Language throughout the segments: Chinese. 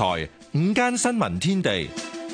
台午間新聞天地，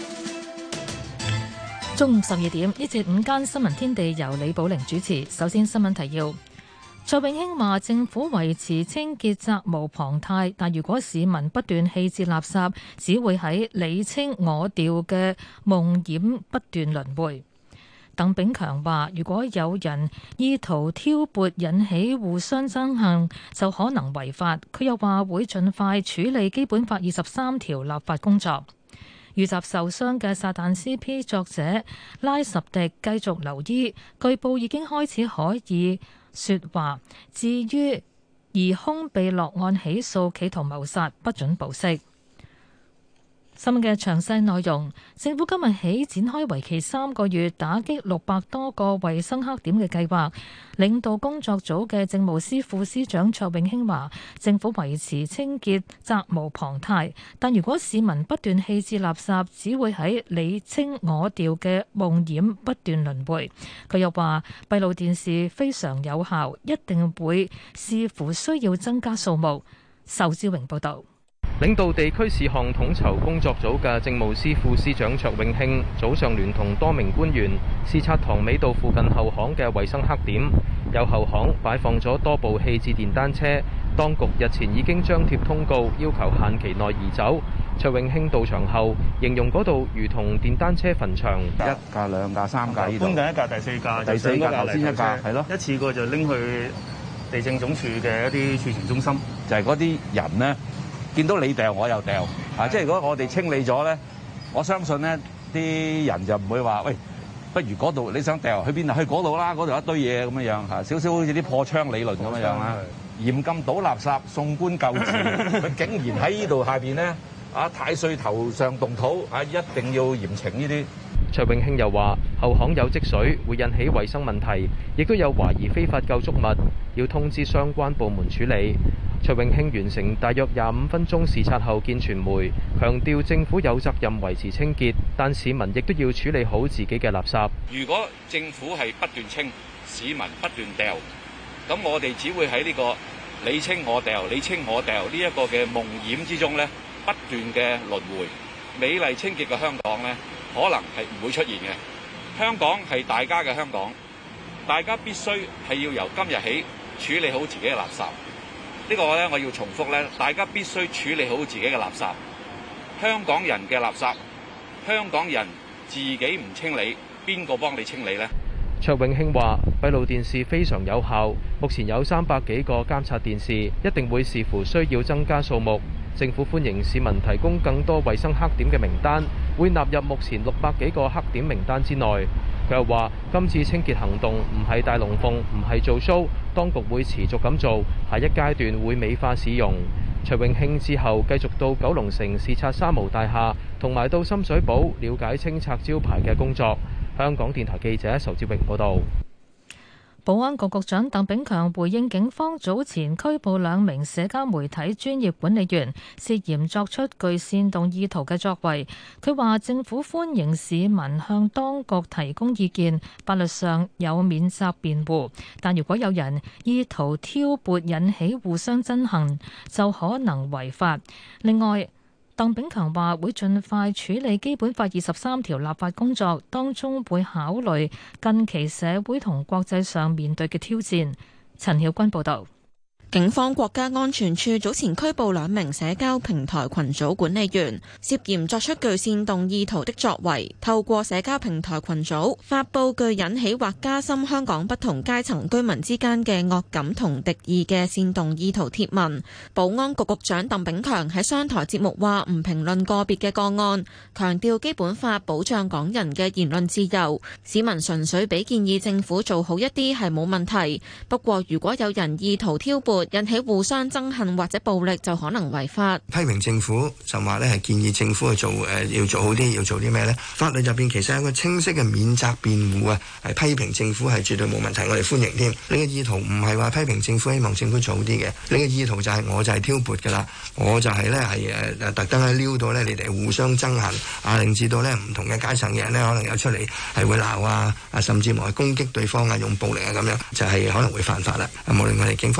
中午12點，呢節午間新聞天地由李寶玲主持。首先新聞提要：卓永興話政府維持清潔責無旁貸，但如果市民不斷棄置垃圾，只會喺你清我掉嘅夢魘不斷輪迴。鄧炳強話：如果有人意圖挑撥引起互相憎恨，就可能違法。佢又話會盡快處理基本法23條立法工作。遇襲受傷嘅撒旦 CP 作者拉什迪繼續留醫，據報已經開始可以說話。至於疑兇被落案起訴企圖謀殺，不准保釋。新聞嘅詳細內容，政府今日起展開為期3個月打擊600多個衛生黑點嘅計劃。領導工作組嘅政務司副司長卓永興話，政府維持清潔責無旁貸，但如果市民不斷棄置垃圾，只會喺你清我掉嘅夢魘不斷輪迴。佢又話，閉路電視非常有效，一定會視乎需要增加數目。仇志榮報導。 領導地區事項統籌工作組嘅政務司副司長卓永興早上聯同多名官員視察塘尾道附近後巷嘅衛生黑點，有後巷擺放咗多部棄置電單車，當局日前已經張貼通告，要求限期內移走。卓永興到場後形容嗰度如同電單車墳場， 一架、兩架、三架，搬緊一架、第四架， 第四架頭先一架， 係咯，一次過就拎去地政總署嘅一啲儲存中心， 就係嗰啲人呢。見到你掉，我又掉啊！即係如果我哋清理咗咧，我相信咧啲人就唔會話喂，不如嗰度你想掉去邊啊？去嗰度啦，嗰度一堆嘢咁樣樣嚇，少少好似啲破窗理論咁樣樣啦。嚴禁倒垃圾，送官究治。佢竟然喺呢度下邊咧啊！太歲頭上動土啊！一定要嚴懲呢啲。 卓永興又話：後巷有積水，會引起衞生問題，亦都有懷疑非法構築物，要通知相關部門處理。卓永興完成大約25分鐘視察後見傳媒，強調政府有責任維持清潔，但市民亦都要處理好自己嘅垃圾。 如果政府係不斷清，市民不斷掉，咁我哋只會喺呢個你清我掉、你清我掉呢一個嘅夢魘之中呢，不斷嘅輪迴。美麗清潔嘅香港呢，可能係唔會出現嘅。香港係大家嘅香港，大家必須係要由今日起處理好自己嘅垃圾。呢個呢，我要重複呢，大家必須處理好自己嘅垃圾。香港人嘅垃圾，香港人自己唔清理，邊個幫你清理呢？ 卓永興話：閉路電視非常有效，目前有300幾個監察電視，一定會視乎需要增加數目。政府歡迎市民提供更多衛生黑點嘅名單，會納入目前600幾個黑點名單之內。佢又話：今次清潔行動唔係大龍鳳，唔係做 show，當局會持續咁做，下一階段會美化市容。卓永興之後繼續到九龍城視察三無大廈，同埋到深水埗了解清拆招牌嘅工作。香港電台記者仇志榮報道。 保安局局長鄧炳強回應警方早前拘捕2名社交媒體專業管理員，涉嫌作出具煽動意圖嘅作為。佢話政府歡迎市民向當局提供意見，法律上有免責辯護，但如果有人意圖挑撥引起互相憎恨，就可能違法。另外，鄧炳強話會盡快處理基本法23條立法工作，當中會考慮近期社會同國際上面對嘅挑戰。陳曉君報導。 警方國家安全處早前拘捕2名社交平台群組管理員，涉嫌作出具煽動意圖的作為，透過社交平台群組發佈具引起或加深香港不同階層居民之間嘅惡感同敵意嘅煽動意圖貼文。保安局局長鄧炳強喺商台節目話唔評論個別嘅個案，強調基本法保障港人嘅言論自由，市民純粹俾建議政府做好一啲係冇問題。不過如果有人意圖挑撥，引起互相憎恨或者暴力，就可能違法。 批評政府就話咧係建議政府去做要做好啲，要做啲咩呢？法律入邊其實有個清晰嘅免責辯護啊，係批評政府係絕對冇問題，我哋歡迎添。你嘅意圖唔係話批評政府，希望政府做好啲嘅。你嘅意圖就係我就係挑撥㗎啦，我就係咧係特登喺撩到咧你哋互相憎恨啊，令至到咧唔同嘅階層嘅人咧可能有出嚟係會鬧甚至乎係攻擊對方啊，用暴力啊咁樣，就係可能會犯法啦。無論我哋警方或者律政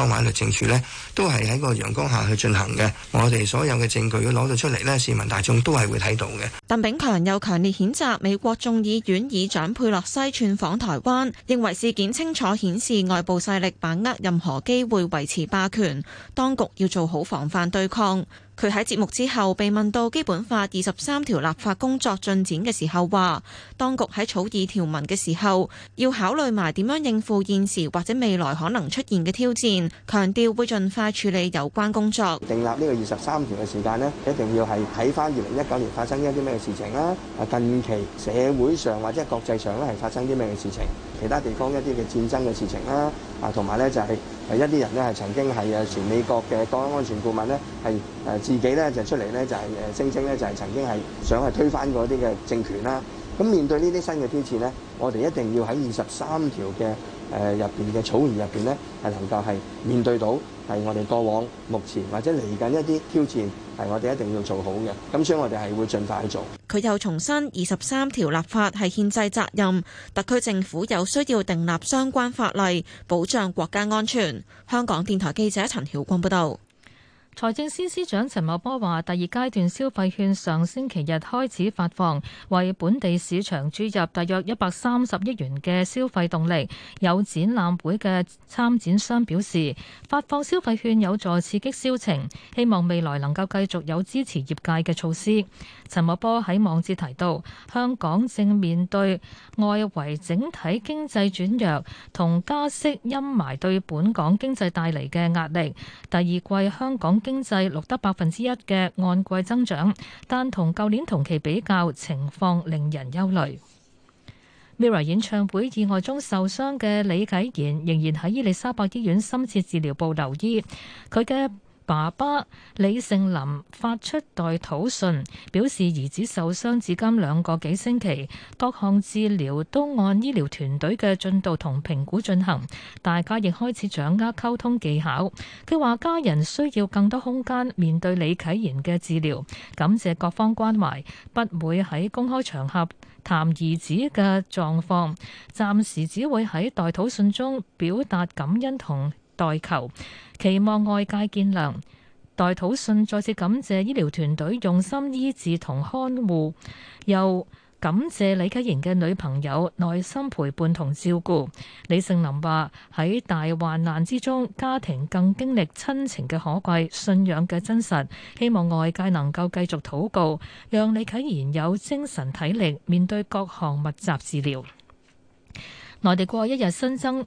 定處呢，都係喺個陽光下去進行嘅。我哋所有嘅證據要攞到出嚟呢，市民大眾都係會睇到嘅。 鄧炳強又強烈譴責美國眾議院議長佩洛西竄訪台灣，認為事件清楚顯示外部勢力把握任何機會維持霸權，當局要做好防範對抗。佢喺節目之後被問到基本法23條立法工作進展嘅時候，話當局喺草擬條文嘅時候要考慮埋點樣應付現時或者未來可能出現嘅挑戰，強調會盡快處理有關工作。 訂立呢個23條嘅時間呢，一定要係睇翻2019年發生一啲咩事情啦，近期社會上或者國際上咧係發生啲咩嘅事情，其他地方一啲嘅戰爭嘅事情啦，同埋咧就係一啲人咧係曾經係前美國嘅國安安全顧問咧係自己咧就出嚟咧就係聲稱咧就係曾經係想係推翻嗰啲嘅政權啦。咁面對呢啲新嘅挑戰咧，我哋一定要喺23條嘅入邊嘅草擬入邊咧係能夠係面對到係我哋過往、目前或者嚟緊一啲挑戰，係我哋一定要做好嘅。咁所以我哋係會盡快去做。 佢又重申23條立法係憲制責任，特區政府有需要訂立相關法例保障國家安全。香港電台記者陳曉君報導。 財政司司長陳茂波話：第二階段消費券上星期日開始發放，為本地市場注入大約130億元嘅消費動力。有展覽會嘅參展商表示，發放消費券有助刺激銷情，希望未來能夠繼續有支持業界嘅措施。陳茂波喺網誌提到，香港正面對外圍整體經濟轉弱同加息陰霾對本港經濟帶嚟嘅壓力。第二季香港經濟錄得1%嘅按季增長，但同舊年同期比較，情況令人憂慮。Mirror 演唱會意外中受傷嘅李啟言仍然喺伊利沙伯醫院深切治療部留醫，佢嘅爸爸李盛林發出代禱信，表示兒子受傷至今2個幾星期，各項治療都按醫療團隊嘅進度同評估進行，大家亦開始掌握溝通技巧。佢話家人需要更多空間面對李啟言嘅治療，感謝各方關懷，不會喺公開場合談兒子嘅狀況，暫時只會喺代禱信中表達感恩同代求，期望外界見諒。代禱信再次感謝醫療團隊用心醫治同看護，又感謝李啟言嘅女朋友耐心陪伴同照顧。李盛林話喺大患難之中，家庭更經歷親情嘅可貴、信仰嘅真實，希望外界能夠繼續禱告，讓李啟言有精神體力面對各項密集治療。內地過一日新增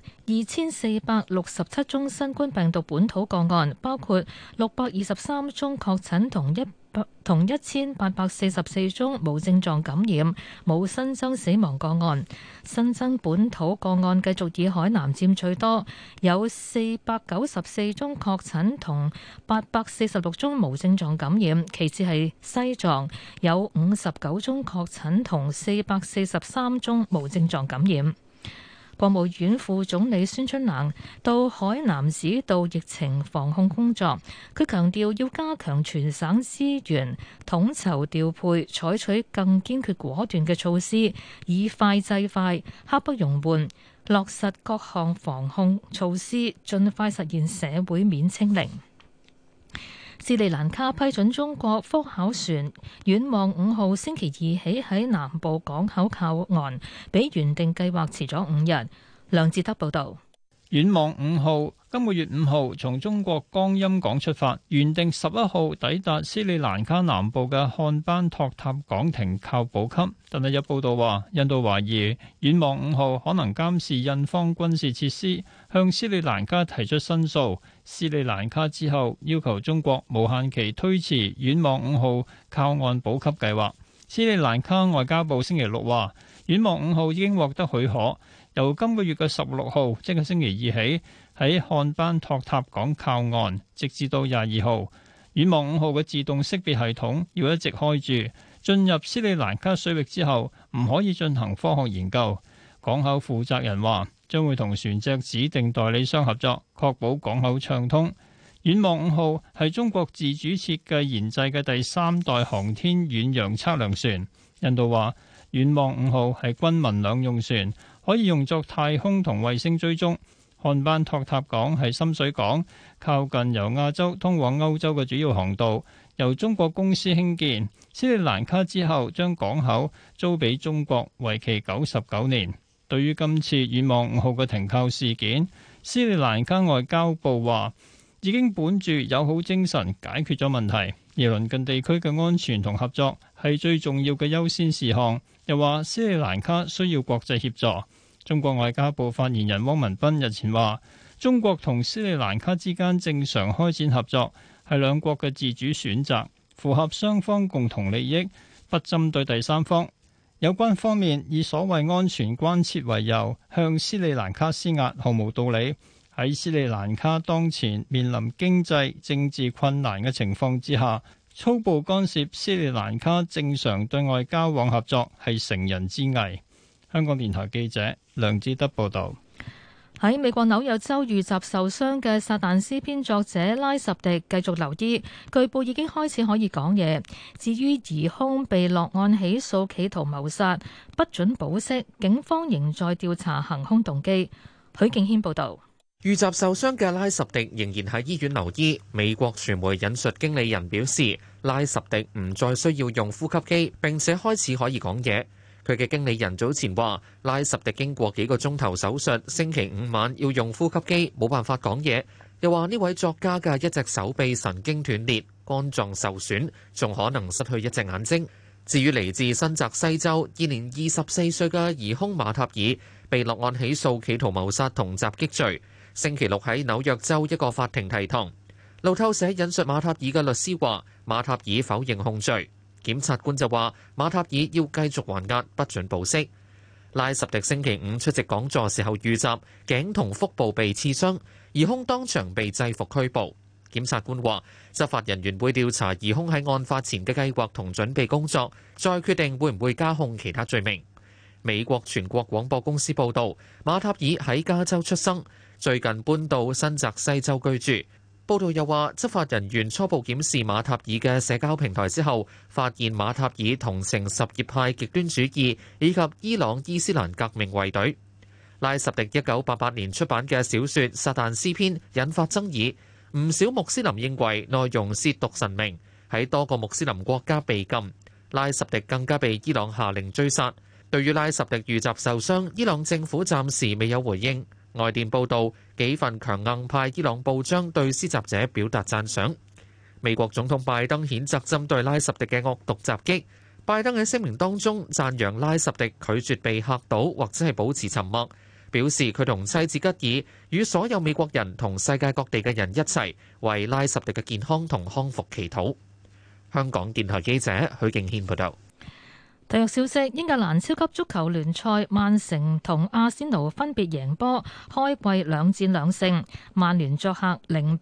2467宗新冠病毒本土個案，包括623宗確診同1844宗無症狀感染，冇新增死亡個案。新增本土個案繼續以海南佔最多，有494宗確診同846宗無症狀感染，其次係西藏，有59宗確診同443宗無症狀感染。國務院副總理孫春蘭到海南指導疫情防控工作，佢強調要加強全省資源統籌調配，採取更堅決果斷嘅措施，以快制快、刻不容緩，落實各項防控措施，盡快實現社會面清零。斯里蘭卡批准中國科考船遠望5號星期二起喺南部港口靠岸，比原定計劃遲咗5日。梁志德報導。 遠望5號今個月5號從中國江陰港出發，原定11號抵達斯里蘭卡南部嘅漢班托塔港停靠補給，但係有報道話印度懷疑遠望5號可能監視印方軍事設施，向斯里蘭卡提出申訴。斯里蘭卡之後要求中國無限期推遲遠望5號靠岸補給計劃。斯里蘭卡外交部星期六話，遠望5號已經獲得許可，由今個月嘅16號，即係星期二起，喺漢班托塔港靠岸，直至到22號。遠望5號嘅自動識別系統要一直開住，進入斯里蘭卡水域之後唔可以進行科學研究。港口負責人話，將會同船隻指定代理商合作，確保港口暢通。遠望5號係中國自主設計研製嘅第3代航天遠洋測量船。印度話，遠望5號係軍民兩用船，可以用作太空同衛星追蹤。 漢班托塔港係深水港，靠近由亞洲通往歐洲嘅主要航道，由中國公司興建。斯里蘭卡之後將港口租俾中國，為期99年。對於今次遠望5號嘅停靠事件，斯里蘭卡外交部話已經本住友好精神解決咗問題，而鄰近地區嘅安全同合作係最重要嘅優先事項。又話斯里蘭卡需要國際協助。中國外交部發言人汪文斌日前話，中國同斯里蘭卡之間正常開展合作係兩國嘅自主選擇，符合雙方共同利益，不針對第三方。有關方面以所謂安全關切為由向斯里蘭卡施壓，毫無道理。喺斯里蘭卡當前面臨經濟、政治困難嘅情況之下，粗暴干涉斯里蘭卡正常對外交往合作係成人之危。香港電台記者梁志德報道。 喺美國紐約州遇襲受傷嘅撒旦詩篇作者拉什迪繼續留醫，據報已經開始可以講嘢。至於疑兇被落案起訴企圖謀殺，不准保釋，警方仍在調查行兇動機。許敬軒報導。 遇襲受傷嘅拉什迪仍然喺醫院留醫。美國傳媒引述經理人表示，拉什迪唔再需要用呼吸機，並且開始可以講嘢。佢嘅經理人早前話，拉什迪經過幾個鐘頭手術，星期五晚要用呼吸機，冇辦法講嘢。又話呢位作家嘅一隻手臂神經斷裂，肝臟受損，仲可能失去一隻眼睛。至於嚟自新澤西州、現年24歲嘅疑兇馬塔爾，被落案起訴企圖謀殺同襲擊罪。星期六喺紐約州一個法庭提堂。路透社引述馬塔爾嘅律師話，馬塔爾否認控罪。檢察官就話，馬塔爾要繼續還押，不准保釋。拉什迪星期五出席講座時候遇襲，頸同腹部被刺傷，疑兇當場被制服拘捕。檢察官話，執法人員會調查疑兇喺案發前嘅計劃同準備工作，再決定會唔會加控其他罪名。美國全國廣播公司報導，馬塔爾喺加州出生，最近搬到新澤西州居住。報道又話，執法人員初步檢視馬塔爾嘅社交平台之後，發現馬塔爾同情什葉派極端主義以及伊朗伊斯蘭革命衛隊。拉什迪1988年出版嘅小說《撒旦詩篇》引發爭議，唔少穆斯林認為內容褻瀆神明，喺多個穆斯林國家被禁。拉什迪更加被伊朗下令追殺。對於拉什迪遇襲受傷，伊朗政府暫時未有回應。外電報道，幾份強硬派伊朗報章對施襲者表達讚賞。美國總統拜登譴責針對拉什迪嘅惡毒襲擊。拜登喺聲明當中讚揚拉什迪拒絕被嚇倒或者係保持沉默，表示佢同妻子吉爾與所有美國人同世界各地嘅人一齊為拉什迪嘅健康同康復祈禱。香港電台記者許敬軒報道。 體育消息：英格蘭超級足球聯賽，曼城同阿仙奴分別贏波，開季兩戰兩勝。曼聯作客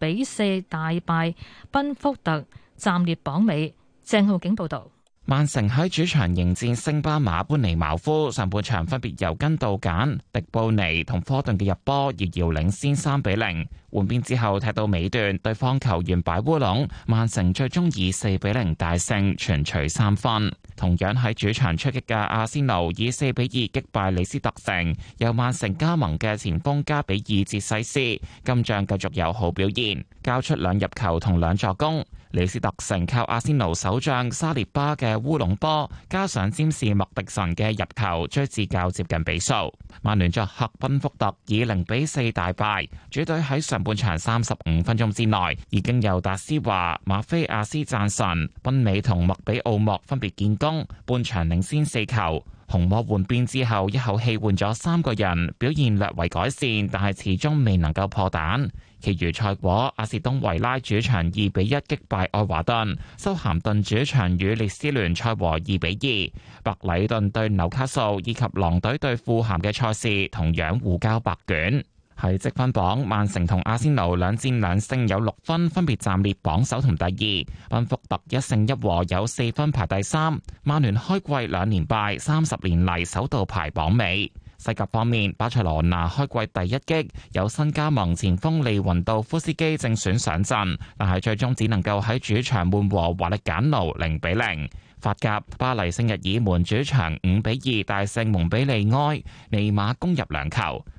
0-4大敗賓福特，暫列榜尾。鄭浩景報道。 曼城喺主場迎戰升班馬般尼茅夫，上半場分別由根道簡、迪布尼同科頓嘅入波，遙遙領先3-0。換邊之後踢到尾段，對方球員擺烏龍，曼城最終以4-0大勝，全取3分。同樣喺主場出擊嘅阿仙奴以4-2擊敗李斯特城，由曼城加盟嘅前鋒加比爾捷西斯今仗繼續有好表現，交出2入球同2助攻。李斯特城靠阿仙奴守將沙列巴嘅烏龍波，加上占士麥迪臣嘅入球，追至較接近比數。曼聯作客賓福特以0-4大敗，主隊喺上半場35分鐘之內已經由達斯華、馬菲亞斯贊臣、賓美同麥比奧莫分別建功，半場領先4球。紅魔換邊之後，一口氣換咗3個人，表現略為改善，但係始終未能夠破蛋。其餘賽果，阿士東維拉主場2-1擊敗愛華頓，修咸頓主場與列斯聯賽和2-2，白禮頓對紐卡素以及狼隊對富咸嘅賽事同樣互交白卷。喺積分榜，曼城同阿仙奴兩戰兩勝有6分，分別暫列榜首同第二。賓福特1勝1和有4分排第3。曼聯開季2連敗，30年嚟首度排榜尾。西甲方面，巴塞羅那開季第一擊，有新加盟前鋒利雲道夫斯基正選上陣，但係最終只能夠喺主場悶和華力簡奴0-0。法甲，巴黎聖日耳門主場5-2大勝蒙彼利埃，尼馬攻入2球。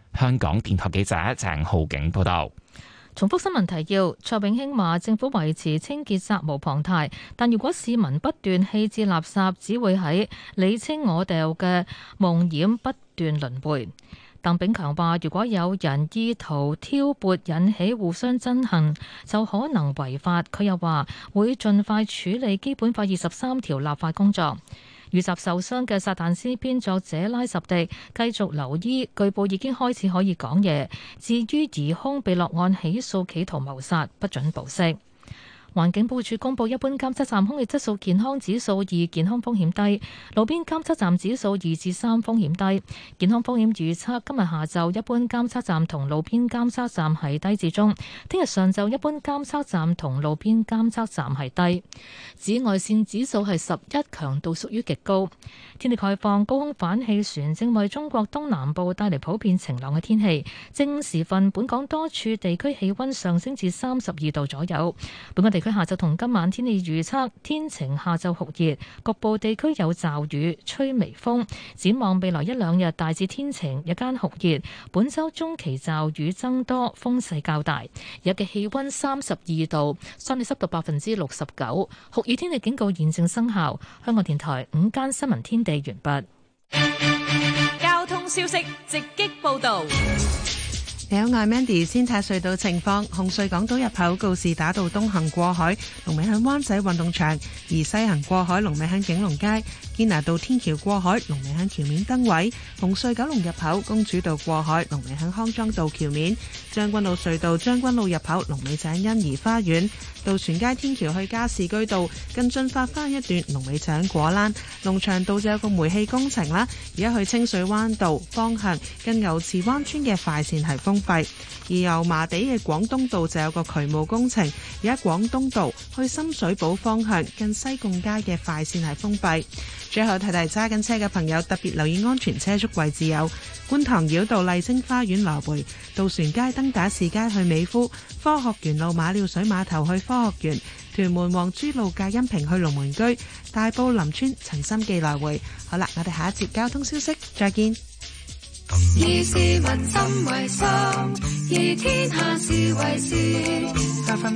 香港電台記者鄭浩景報道。 重複新聞提要：蔡永興話，政府維持清潔責無旁貸，但如果市民不斷棄置垃圾，只會喺你清我掉嘅夢魘不斷輪迴。鄧炳強話，如果有人意圖挑撥引起互相憎恨，就可能違法。佢又話會盡快處理基本法23條立法工作。遇襲受傷嘅撒旦詩篇作者拉什迪繼續留醫，據報已經開始可以講嘢。至於疑兇被落案起訴企圖謀殺，不准保釋。環境保護署公布一般監測站空氣質素健康指數2，健康風險低；路邊監測站指數2至3，風險低。健康風險預測今日下晝一般監測站同路邊監測站係低至中，聽日上晝一般監測站同路邊監測站係低。紫外線指數係11，強度屬於極高。天氣概況，高空反氣旋正為中國東南部帶嚟普遍晴朗嘅天氣。正午時分，本港多處地區氣溫上升至32度左右。本港地區下晝同今晚天氣預測，天晴，下晝酷熱，局部地區有驟雨，吹微風。展望未來一兩日大致天晴，日間酷熱。本週中期驟雨增多，風勢較大。日嘅氣溫32度，相對濕度69%。酷熱天氣警告現正生效。香港電台午間新聞天地完畢。 交通消息直擊報道。 你好，我係 Mandy。先睇隧道情況，紅隧港島入口告士打道東行過海，龍尾喺灣仔運動場；而西行過海，龍尾喺景隆街。堅拿道天橋過海，龍尾喺橋面燈位。紅隧九龍入口公主道過海，龍尾喺康莊道橋面。將軍澳隧道將軍澳入口，龍尾喺欣怡花園。渡船街天橋去加士居道近進發翻一段，龍尾喺果欄。龍翔道就有個煤氣工程啦，而家去清水灣道方向近牛池灣村嘅快線係封閉。而油麻地嘅廣東道就有個渠務工程，而家廣東道去深水埗方向近西貢街嘅快線係封閉。最後提提揸緊車嘅朋友，特別留意安全車速位置有觀塘繞道麗晶花園來回、渡船街登打士街去美孚、科學園路馬料水碼頭去科學園、屯門黃珠路隔音屏去龍門居、大埔林村陳心記來回。好啦，我哋下一節交通消息再見。 以市民心為心，以天下事為事。FM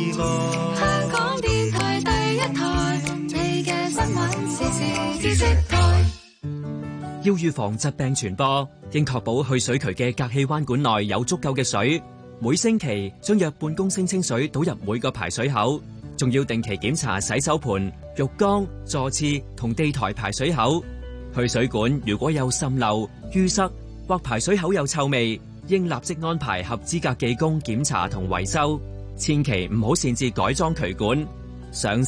926，香港電台第一台，你嘅新聞時事知識台。 要預防疾病傳播，應確保去水渠嘅隔氣彎管內有足夠嘅水。每星期將約半公升清水倒入每個排水口，仲要定期檢查洗手盆、浴缸、座廁同地台排水口。去水管如果有滲漏、淤塞或排水口有臭味，應立即安排合資格技工檢查同維修，千祈唔好擅自改裝渠管。上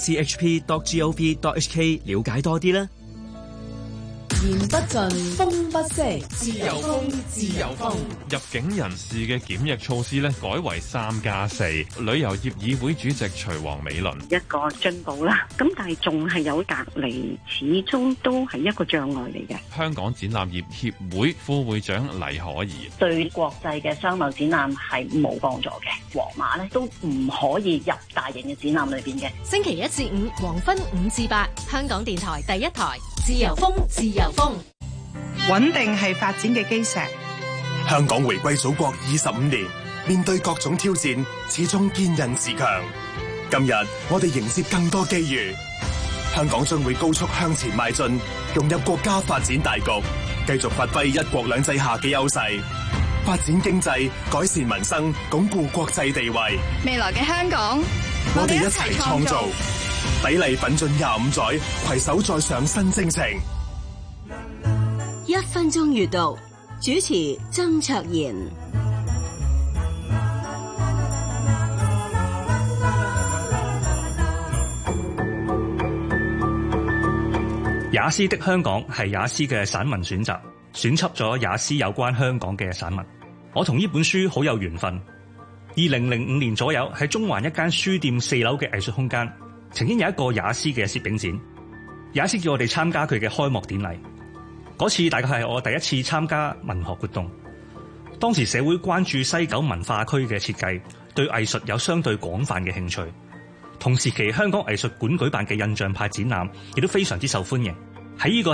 chp.gov.hk 了解多啲啦。 言不盡，風不息，自由風，自由風。 入境人士嘅檢疫措施咧改為3+4。旅遊業議會主席徐王美倫： 一個進步啦，咁但係仲係有隔離，始終都係一個障礙嚟嘅。 香港展覽業協會副會長黎可兒： 對國際嘅商貿展覽係冇幫助嘅。黃碼咧都唔可以入大型嘅展覽裏邊嘅。 星期1至5黃昏5至8，香港電台第一台，自由風，自由風。 穩定係發展嘅基石。 香港回歸祖國25年，面對各種挑戰，始終堅韌自強。今日我哋迎接更多機遇，香港將會高速向前邁進，融入國家發展大局，繼續發揮一國兩制下嘅優勢，發展經濟，改善民生，鞏固國際地位。 未來嘅香港， 我哋一齊創造，砥礪奮進25載，攜手再上新征程。 1分鐘閱讀，主持曾卓賢。 也斯的香港係也斯嘅散文選集，選輯咗也斯有關香港嘅散文。我同呢本書好有緣分。2005年左右喺中環一間書店4樓嘅藝術空間，曾經有一個也斯嘅攝影展。也斯叫我哋參加佢嘅開幕典禮。嗰次大概係我第一次參加文學活動。當時社會關注西九文化區嘅設計，對藝術有相對廣泛嘅興趣。同時期香港藝術館舉辦嘅印象派展覽亦都非常之受歡迎。喺呢個